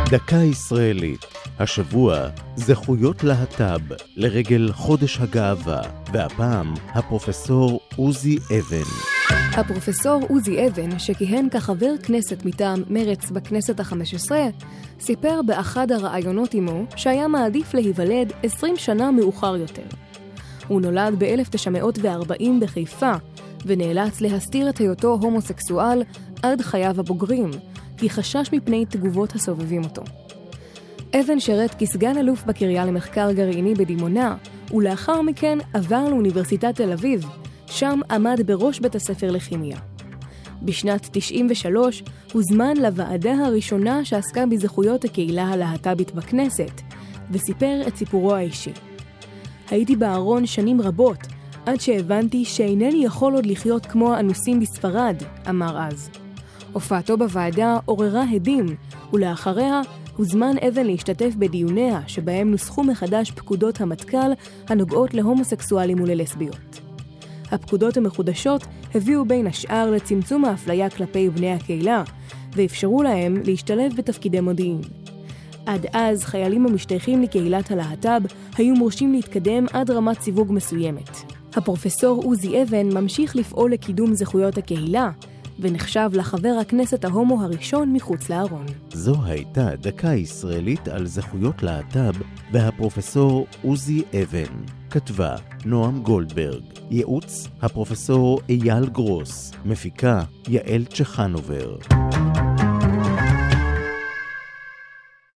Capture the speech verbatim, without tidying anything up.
דקה ישראלית, השבוע זכויות להט"ב לרגל חודש הגאווה, והפעם הפרופסור עוזי אבן. הפרופסור עוזי אבן, שכיהן כחבר כנסת מטעם מרץ בכנסת החמש עשרה, סיפר באחד הראיונות עמו שהיה מעדיף להיוולד עשרים שנה מאוחר יותר. הוא נולד ב-אלף תשע מאות וארבעים בחיפה, ונאלץ להסתיר את היותו הומוסקסואל עד חייו הבוגרים, כי חשש מפני תגובות הסובבים אותו. אבן שרת כסגן אלוף בקריה למחקר גרעיני בדימונה, ולאחר מכן עבר לאוניברסיטת תל אביב, שם עמד בראש בית הספר לכימיה. בשנת תשעים ושלוש הוזמן לוועדה הראשונה שעסקה בזכויות הקהילה הלהט"בית בכנסת, וסיפר את סיפורו האישי. הייתי בארון שנים רבות, עד שהבנתי שאינני יכול עוד לחיות כמו האנוסים בספרד, אמר אז. הופעתו בוועדה עוררה הדים, ולאחריה הוזמן אבן להשתתף בדיוניה שבהם נוסחו מחדש פקודות המטכ"ל הנוגעות להומוסקסואלים וללסביות. הפקודות המחודשות הביאו בין השאר לצמצום האפליה כלפי בני הקהילה, ואפשרו להם להשתלב בתפקידי מודיעין. עד אז חיילים המשתייכים לקהילת הלהט"ב היו מורשים להתקדם עד רמת סיווג מסוימת. הפרופסור עוזי אבן ממשיך לפעול לקידום זכויות הקהילה, ונחשב לחבר הכנסת ההומו הראשון מחוץ לארון. זו הייתה דקה ישראלית על זכויות להט"ב, והפרופסור עוזי אבן. כתבה נועם גולדברג. ייעוץ הפרופסור אייל גרוס. מפיקה יעל צ'חנובר.